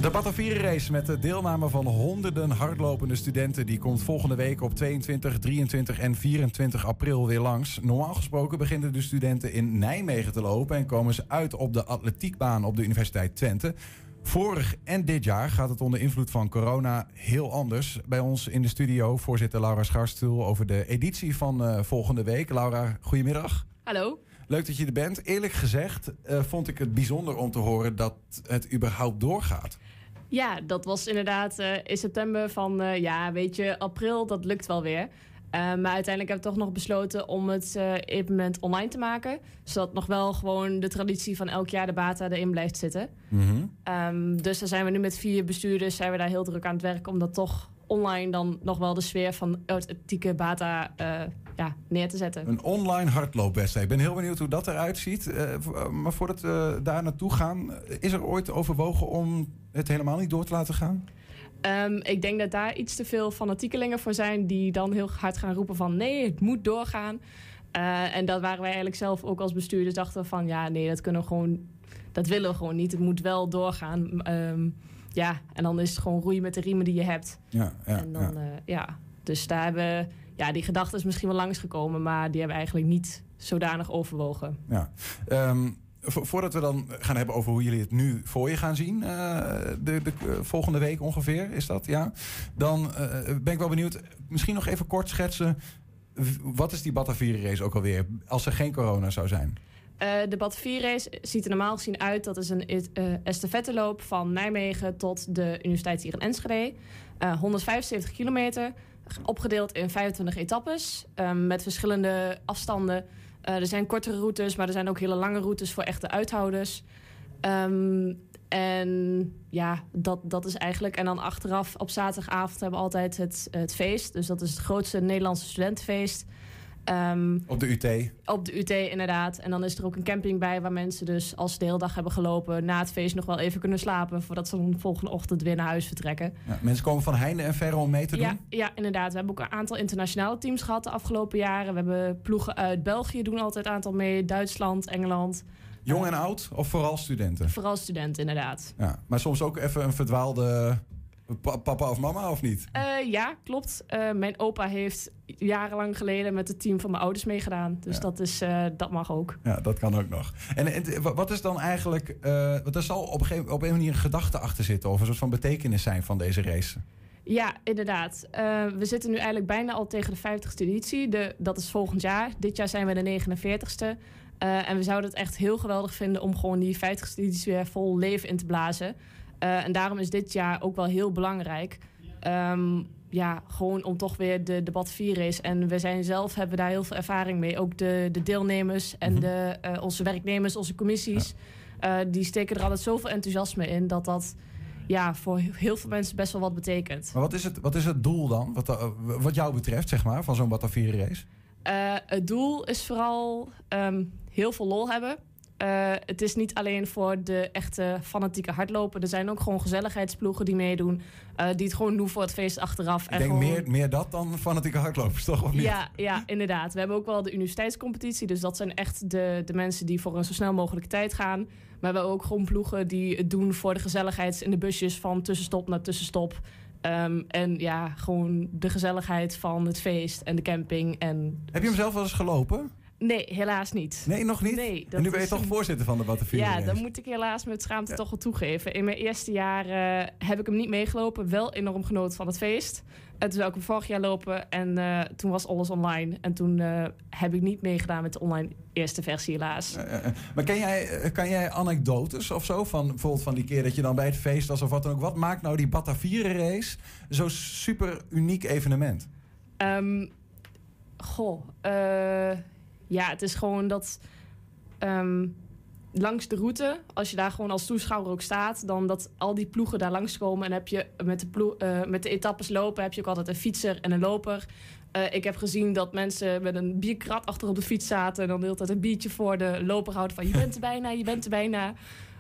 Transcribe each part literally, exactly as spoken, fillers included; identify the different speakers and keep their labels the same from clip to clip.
Speaker 1: De Batavieren race met de deelname van honderden hardlopende studenten... die komt volgende week op tweeëntwintig, drieëntwintig en vierentwintig april weer langs. Normaal gesproken beginnen de studenten in Nijmegen te lopen... en komen ze uit op de atletiekbaan op de Universiteit Twente. Vorig en dit jaar gaat het onder invloed van corona heel anders. Bij ons in de studio voorzitter Laura Scharstoel over de editie van uh, volgende week. Laura, goedemiddag.
Speaker 2: Hallo.
Speaker 1: Leuk dat je er bent. Eerlijk gezegd uh, vond ik het bijzonder om te horen dat het überhaupt doorgaat.
Speaker 2: Ja, dat was inderdaad uh, in september van, uh, ja, weet je, april, dat lukt wel weer. Uh, maar uiteindelijk hebben we toch nog besloten om het uh, evenement online te maken. Zodat nog wel gewoon de traditie van elk jaar de Bata erin blijft zitten.
Speaker 1: Mm-hmm.
Speaker 2: Um, dus daar zijn we nu met vier bestuurders zijn we daar heel druk aan het werk om dat toch online dan nog wel de sfeer van authentieke Bata uh, ja, neer te zetten.
Speaker 1: Een online hardloopwedstrijd. Ik ben heel benieuwd hoe dat eruit ziet. Uh, maar voordat we daar naartoe gaan, is er ooit overwogen om het helemaal niet door te laten gaan?
Speaker 2: Um, ik denk dat daar iets te veel fanatiekelingen voor zijn die dan heel hard gaan roepen van nee, het moet doorgaan. Uh, en dat waren wij eigenlijk zelf ook als bestuurders dachten van ja, nee, dat kunnen we gewoon, dat willen we gewoon niet. Het moet wel doorgaan. Um, ja, en dan is het gewoon roeien met de riemen die je hebt.
Speaker 1: Ja, ja,
Speaker 2: en dan,
Speaker 1: ja.
Speaker 2: Uh, ja. Dus daar hebben ja, die gedachte is misschien wel langsgekomen, maar die hebben eigenlijk niet zodanig overwogen.
Speaker 1: Ja. Um, vo- voordat we dan gaan hebben over hoe jullie het nu voor je gaan zien, uh, de, de uh, volgende week ongeveer is dat, ja. Dan uh, ben ik wel benieuwd, misschien nog even kort schetsen, wat is die Batavieren race ook alweer, als er geen corona zou zijn?
Speaker 2: Uh, de Batavieren race ziet er normaal gezien uit. Dat is een uh, estafetteloop van Nijmegen tot de universiteit hier in Enschede. Uh, honderdvijfenzeventig kilometer, opgedeeld in vijfentwintig etappes. Um, met verschillende afstanden. Uh, er zijn kortere routes, maar er zijn ook hele lange routes voor echte uithouders. Um, en ja, dat, dat is eigenlijk... En dan achteraf op zaterdagavond hebben we altijd het, het feest. Dus dat is het grootste Nederlandse studentenfeest. Um,
Speaker 1: op de U T?
Speaker 2: Op de U T, inderdaad. En dan is er ook een camping bij waar mensen dus als ze de hele dag hebben gelopen na het feest nog wel even kunnen slapen voordat ze dan de volgende ochtend weer naar huis vertrekken.
Speaker 1: Ja, mensen komen van heinde en verre om mee te doen?
Speaker 2: Ja, ja, inderdaad. We hebben ook een aantal internationale teams gehad de afgelopen jaren. We hebben ploegen uit België doen altijd een aantal mee, Duitsland, Engeland.
Speaker 1: Jong en oud of vooral studenten?
Speaker 2: Vooral studenten, inderdaad.
Speaker 1: Ja, maar soms ook even een verdwaalde pa- papa of mama, of niet?
Speaker 2: Uh, ja, klopt. Uh, mijn opa heeft jarenlang geleden met het team van mijn ouders meegedaan. Dus ja. dat, is, uh, dat mag ook.
Speaker 1: Ja, dat kan ook nog. En, en wat is dan eigenlijk... Uh, want er zal op een, gegeven, op een manier een gedachte achter zitten of een soort van betekenis zijn van deze race.
Speaker 2: Ja, inderdaad. Uh, we zitten nu eigenlijk bijna al tegen de vijftigste editie. De, dat is volgend jaar. Dit jaar zijn we de negenenveertigste. Uh, en we zouden het echt heel geweldig vinden om gewoon die vijftigste editie weer vol leven in te blazen. Uh, en daarom is dit jaar ook wel heel belangrijk. Um, ja, gewoon om toch weer de, de Batavieren race. En we zijn zelf, hebben daar heel veel ervaring mee. Ook de, de deelnemers en
Speaker 1: Mm-hmm.
Speaker 2: de, uh, onze werknemers, onze commissies. Ja. Uh, die steken er altijd zoveel enthousiasme in dat dat ja, voor heel veel mensen best wel wat betekent.
Speaker 1: Maar wat is het, wat is het doel dan, wat, uh, wat jou betreft, zeg maar, van zo'n Batavieren race?
Speaker 2: Uh, het doel is vooral um, heel veel lol hebben. Uh, het is niet alleen voor de echte fanatieke hardlopen. Er zijn ook gewoon gezelligheidsploegen die meedoen. Uh, die het gewoon doen voor het feest achteraf.
Speaker 1: Ik
Speaker 2: en
Speaker 1: denk
Speaker 2: gewoon...
Speaker 1: meer, meer dat dan fanatieke hardlopers, toch? Of niet?
Speaker 2: Ja, ja, inderdaad. We hebben ook wel de universiteitscompetitie. Dus dat zijn echt de, de mensen die voor een zo snel mogelijke tijd gaan. Maar we hebben ook gewoon ploegen die het doen voor de gezelligheid in de busjes van tussenstop naar tussenstop. Um, en ja, gewoon de gezelligheid van het feest en de camping. En...
Speaker 1: Heb je hem zelf wel eens gelopen?
Speaker 2: Nee, helaas niet.
Speaker 1: Nee, nog niet?
Speaker 2: Nee,
Speaker 1: en nu ben je
Speaker 2: is...
Speaker 1: toch voorzitter van de Batavieren
Speaker 2: Ja,
Speaker 1: race?
Speaker 2: dan moet ik helaas met schaamte
Speaker 1: ja.
Speaker 2: toch wel toegeven. In mijn eerste jaar uh, heb ik hem niet meegelopen. Wel enorm genoten van het feest. En toen zou ik hem vorig jaar lopen. En uh, toen was alles online. En toen uh, heb ik niet meegedaan met de online eerste versie helaas.
Speaker 1: Uh, uh, maar ken jij, kan jij anekdotes of zo? Van, bijvoorbeeld van die keer dat je dan bij het feest was of wat dan ook. Wat maakt nou die Batavieren race zo'n super uniek evenement?
Speaker 2: Um, goh, uh, ja, het is gewoon dat um, langs de route, als je daar gewoon als toeschouwer ook staat, dan dat al die ploegen daar langskomen en heb je met de, ploeg, uh, met de etappes lopen, heb je ook altijd een fietser en een loper. Uh, ik heb gezien dat mensen met een bierkrat achter op de fiets zaten en dan de hele tijd een biertje voor de loper houden van je bent er bijna, je bent er bijna.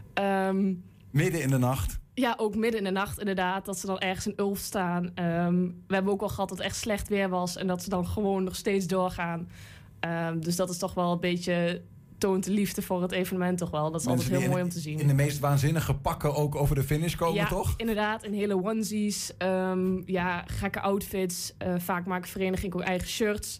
Speaker 2: Um,
Speaker 1: Midden in de nacht.
Speaker 2: Ja, ook midden in de nacht inderdaad. Dat ze dan ergens in Ulft staan. Um, we hebben ook al gehad dat het echt slecht weer was. En dat ze dan gewoon nog steeds doorgaan. Um, dus dat is toch wel een beetje toont de liefde voor het evenement toch wel. Dat is
Speaker 1: Mensen
Speaker 2: altijd heel
Speaker 1: die
Speaker 2: mooi
Speaker 1: in,
Speaker 2: om te zien.
Speaker 1: in de meest waanzinnige pakken ook over de finish komen,
Speaker 2: ja,
Speaker 1: toch?
Speaker 2: Inderdaad, in hele onesies, um, ja, gekke outfits. Uh, vaak maken verenigingen ook eigen shirts.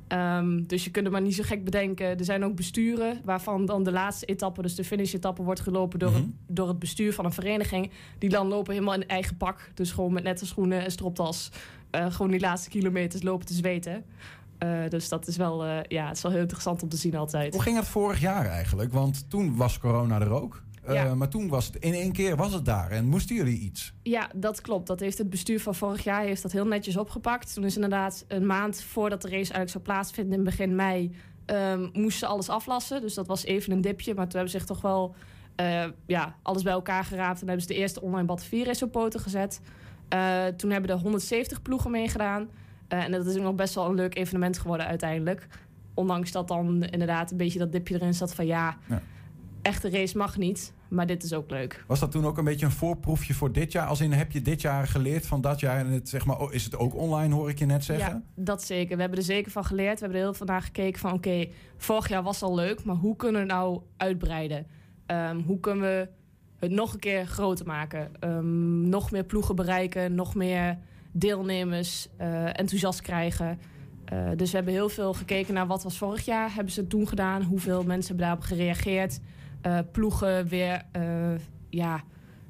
Speaker 2: Um, dus je kunt het maar niet zo gek bedenken. Er zijn ook besturen waarvan dan de laatste etappe, dus de finish-etappe, wordt gelopen door, mm-hmm. het, door het bestuur van een vereniging. Die dan lopen helemaal in eigen pak. Dus gewoon met nette schoenen en stropdas. Uh, gewoon die laatste kilometers lopen te zweten. Uh, dus dat is wel, uh, ja, het is wel heel interessant om te zien altijd.
Speaker 1: Hoe ging het vorig jaar eigenlijk? Want toen was corona er ook. Uh, ja. Maar toen was het in één keer was het daar en moesten jullie iets?
Speaker 2: Ja, dat klopt. Dat heeft het bestuur van vorig jaar heeft dat heel netjes opgepakt. Toen is inderdaad een maand voordat de race eigenlijk zou plaatsvinden in begin mei, um, moesten ze alles aflassen. Dus dat was even een dipje. Maar toen hebben ze zich toch wel uh, ja, alles bij elkaar geraapt. En hebben ze de eerste online Batavier-race op poten gezet. Uh, toen hebben er honderdzeventig ploegen meegedaan. Uh, en dat is ook nog best wel een leuk evenement geworden uiteindelijk. Ondanks dat dan inderdaad een beetje dat dipje erin zat van ja, ja. echte race mag niet. Maar dit is ook leuk.
Speaker 1: Was dat toen ook een beetje een voorproefje voor dit jaar? Als in, heb je dit jaar geleerd van dat jaar? En het, zeg maar, is het ook online, hoor ik je net zeggen?
Speaker 2: Ja, dat zeker. We hebben er zeker van geleerd. We hebben er heel veel naar gekeken van oké, okay, vorig jaar was al leuk, maar hoe kunnen we het nou uitbreiden? Um, hoe kunnen we het nog een keer groter maken? Um, nog meer ploegen bereiken, nog meer deelnemers uh, enthousiast krijgen. Uh, dus we hebben heel veel gekeken naar wat was vorig jaar. Hebben ze het toen gedaan? Hoeveel mensen hebben daarop gereageerd? Uh, ploegen weer, uh, ja,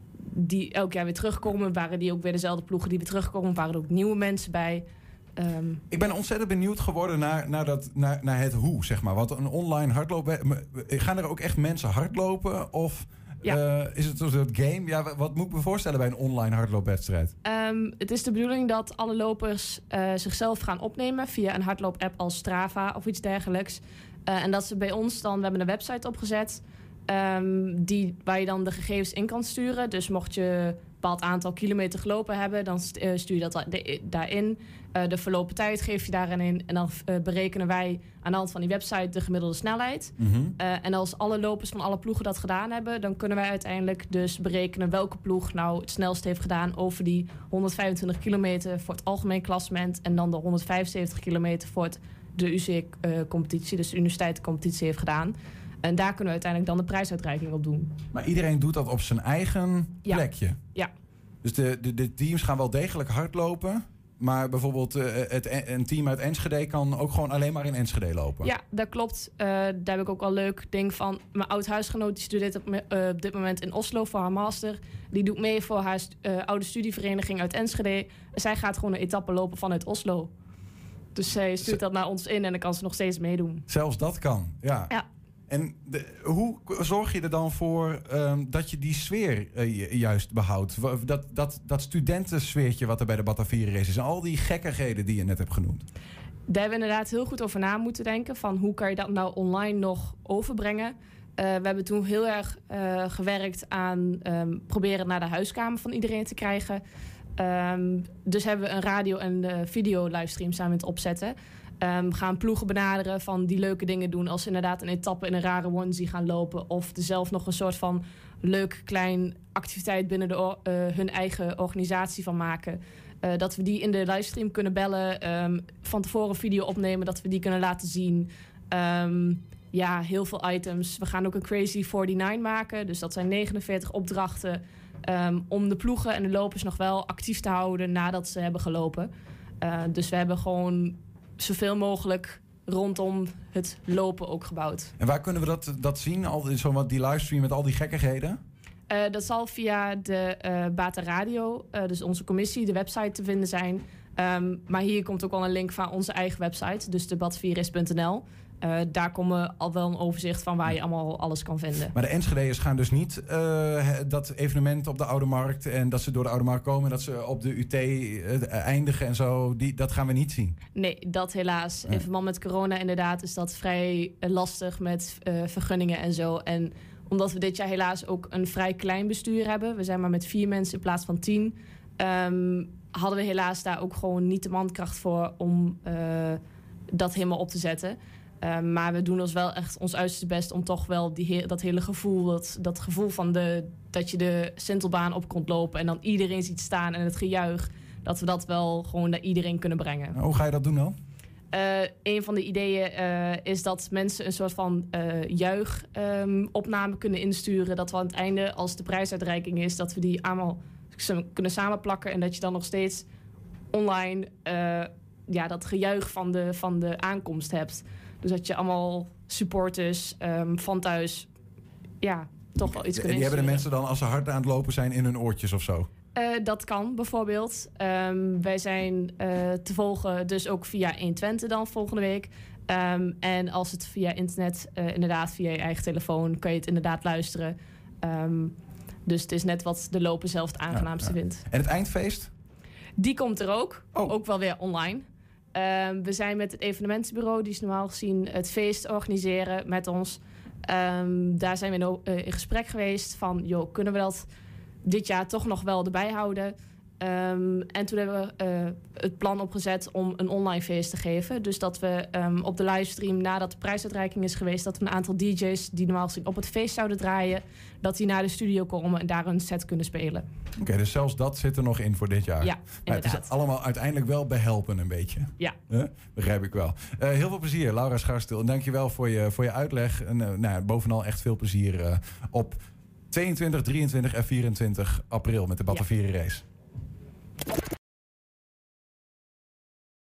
Speaker 2: die elk jaar weer terugkomen. Waren die ook weer dezelfde ploegen die weer terugkomen? Waren er ook nieuwe mensen bij? Um,
Speaker 1: Ik ben ontzettend benieuwd geworden naar, naar, dat, naar, naar het hoe, zeg maar. Want een online hardlopen... Gaan er ook echt mensen hardlopen? Of ja. uh, is het een soort game? Ja, wat moet ik me voorstellen bij een online hardloopwedstrijd?
Speaker 2: Um, het is de bedoeling dat alle lopers uh, zichzelf gaan opnemen via een hardloop-app als Strava of iets dergelijks. Uh, en dat ze bij ons dan... We hebben een website opgezet... Um, die, waar je dan de gegevens in kan sturen. Dus mocht je een bepaald aantal kilometer gelopen hebben, dan uh, stuur je dat da- de, daarin. Uh, de verlopen tijd geef je daarin in. En dan uh, berekenen wij aan de hand van die website de gemiddelde snelheid.
Speaker 1: Mm-hmm.
Speaker 2: Uh, en als alle lopers van alle ploegen dat gedaan hebben, dan kunnen wij uiteindelijk dus berekenen welke ploeg nou het snelst heeft gedaan over die honderdvijfentwintig kilometer voor het algemeen klassement en dan de honderdvijfenzeventig kilometer voor het, de U C-competitie, uh, dus de universiteitscompetitie heeft gedaan. En daar kunnen we uiteindelijk dan de prijsuitreiking op doen.
Speaker 1: Maar iedereen doet dat op zijn eigen
Speaker 2: ja.
Speaker 1: plekje?
Speaker 2: Ja.
Speaker 1: Dus de, de, de teams gaan wel degelijk hardlopen, maar bijvoorbeeld uh, het, een team uit Enschede kan ook gewoon alleen maar in Enschede lopen?
Speaker 2: Ja, dat klopt. Uh, daar heb ik ook wel een leuk ding van. Mijn oud-huisgenoot die studeert op, uh, op dit moment in Oslo voor haar master. Die doet mee voor haar st- uh, oude studievereniging uit Enschede. Zij gaat gewoon een etappe lopen vanuit Oslo. Dus zij stuurt dat naar ons in en dan kan ze nog steeds meedoen.
Speaker 1: Zelfs dat kan, ja.
Speaker 2: Ja.
Speaker 1: En de, hoe zorg je er dan voor um, dat je die sfeer uh, juist behoudt? Dat, dat, dat studentensfeertje wat er bij de Batavier is. En al die gekkigheden die je net hebt genoemd.
Speaker 2: Daar hebben we inderdaad heel goed over na moeten denken. Van hoe kan je dat nou online nog overbrengen? Uh, we hebben toen heel erg uh, gewerkt aan um, proberen naar de huiskamer van iedereen te krijgen. Um, dus hebben we een radio- en uh, video-livestream samen het opzetten. Um, gaan ploegen benaderen van die leuke dingen doen. Als ze inderdaad een etappe in een rare onesie gaan lopen. Of er zelf nog een soort van leuk klein activiteit binnen de, uh, hun eigen organisatie van maken. Uh, dat we die in de livestream kunnen bellen. Um, van tevoren een video opnemen. Dat we die kunnen laten zien. Um, ja, heel veel items. We gaan ook een Crazy negenenveertig maken. Dus dat zijn negenenveertig opdrachten. Um, om de ploegen en de lopers nog wel actief te houden nadat ze hebben gelopen. Uh, dus we hebben gewoon zoveel mogelijk rondom het lopen ook gebouwd.
Speaker 1: En waar kunnen we dat, dat zien? Al, zo wat die livestream met al die gekkigheden?
Speaker 2: Uh, dat zal via de uh, Bata Radio, uh, dus onze commissie, de website te vinden zijn. Um, maar hier komt ook al een link van onze eigen website, dus de batavierace punt n l. Uh, daar komen al wel een overzicht van waar je allemaal alles kan vinden.
Speaker 1: Maar de Enschede'ers gaan dus niet uh, dat evenement op de Oude Markt en dat ze door de Oude Markt komen, dat ze op de U T uh, eindigen en zo, die, dat gaan we niet zien?
Speaker 2: Nee, dat helaas. Ja. In verband met corona inderdaad is dat vrij uh, lastig met uh, vergunningen en zo. En omdat we dit jaar helaas ook een vrij klein bestuur hebben, we zijn maar met vier mensen in plaats van tien, um, hadden we helaas daar ook gewoon niet de mankracht voor om uh, dat helemaal op te zetten. Uh, maar we doen ons wel echt ons uiterste best om toch wel die he- dat hele gevoel, dat, dat gevoel van de, dat je de Sintelbaan op komt lopen en dan iedereen ziet staan en het gejuich, dat we dat wel gewoon naar iedereen kunnen brengen.
Speaker 1: Hoe ga je dat doen dan?
Speaker 2: Uh, een van de ideeën uh, is dat mensen een soort van uh, juichopname um, kunnen insturen. Dat we aan het einde, als de prijsuitreiking is, dat we die allemaal kunnen samenplakken. En dat je dan nog steeds online uh, ja, dat gejuich van de, van de aankomst hebt. Dus dat je allemaal supporters um, van thuis ja, toch wel iets
Speaker 1: en
Speaker 2: kunnen
Speaker 1: die hebben de
Speaker 2: insturen.
Speaker 1: mensen dan, als ze hard aan het lopen zijn, in hun oortjes of zo?
Speaker 2: Uh, dat kan bijvoorbeeld. Um, wij zijn uh, te volgen dus ook via honderdtwintig dan volgende week. Um, en als het via internet, uh, inderdaad via je eigen telefoon, kan je het inderdaad luisteren. Um, dus het is net wat de loper zelf het aangenaamste ja, ja. vindt.
Speaker 1: En het eindfeest?
Speaker 2: Die komt er ook.
Speaker 1: Oh.
Speaker 2: Ook wel weer online. Um, we zijn met het evenementenbureau, die is normaal gezien het feest organiseren met ons. Um, daar zijn we in, uh, in gesprek geweest van, joh, kunnen we dat dit jaar toch nog wel erbij houden. Um, en toen hebben we uh, het plan opgezet om een online feest te geven. Dus dat we um, op de livestream, nadat de prijsuitreiking is geweest, dat we een aantal D J's die normaal gezien op het feest zouden draaien, dat die naar de studio komen en daar een set kunnen spelen.
Speaker 1: Oké, okay, dus zelfs dat zit er nog in voor dit jaar.
Speaker 2: Ja, inderdaad.
Speaker 1: Nou, het is allemaal uiteindelijk wel behelpen een beetje.
Speaker 2: Ja.
Speaker 1: Huh? Begrijp ik wel. Uh, heel veel plezier, Laura Scharstil. En dankjewel voor je, voor je uitleg. En uh, nou, bovenal echt veel plezier uh, op tweeëntwintig, drieëntwintig en vierentwintig april met de Batavieren Race.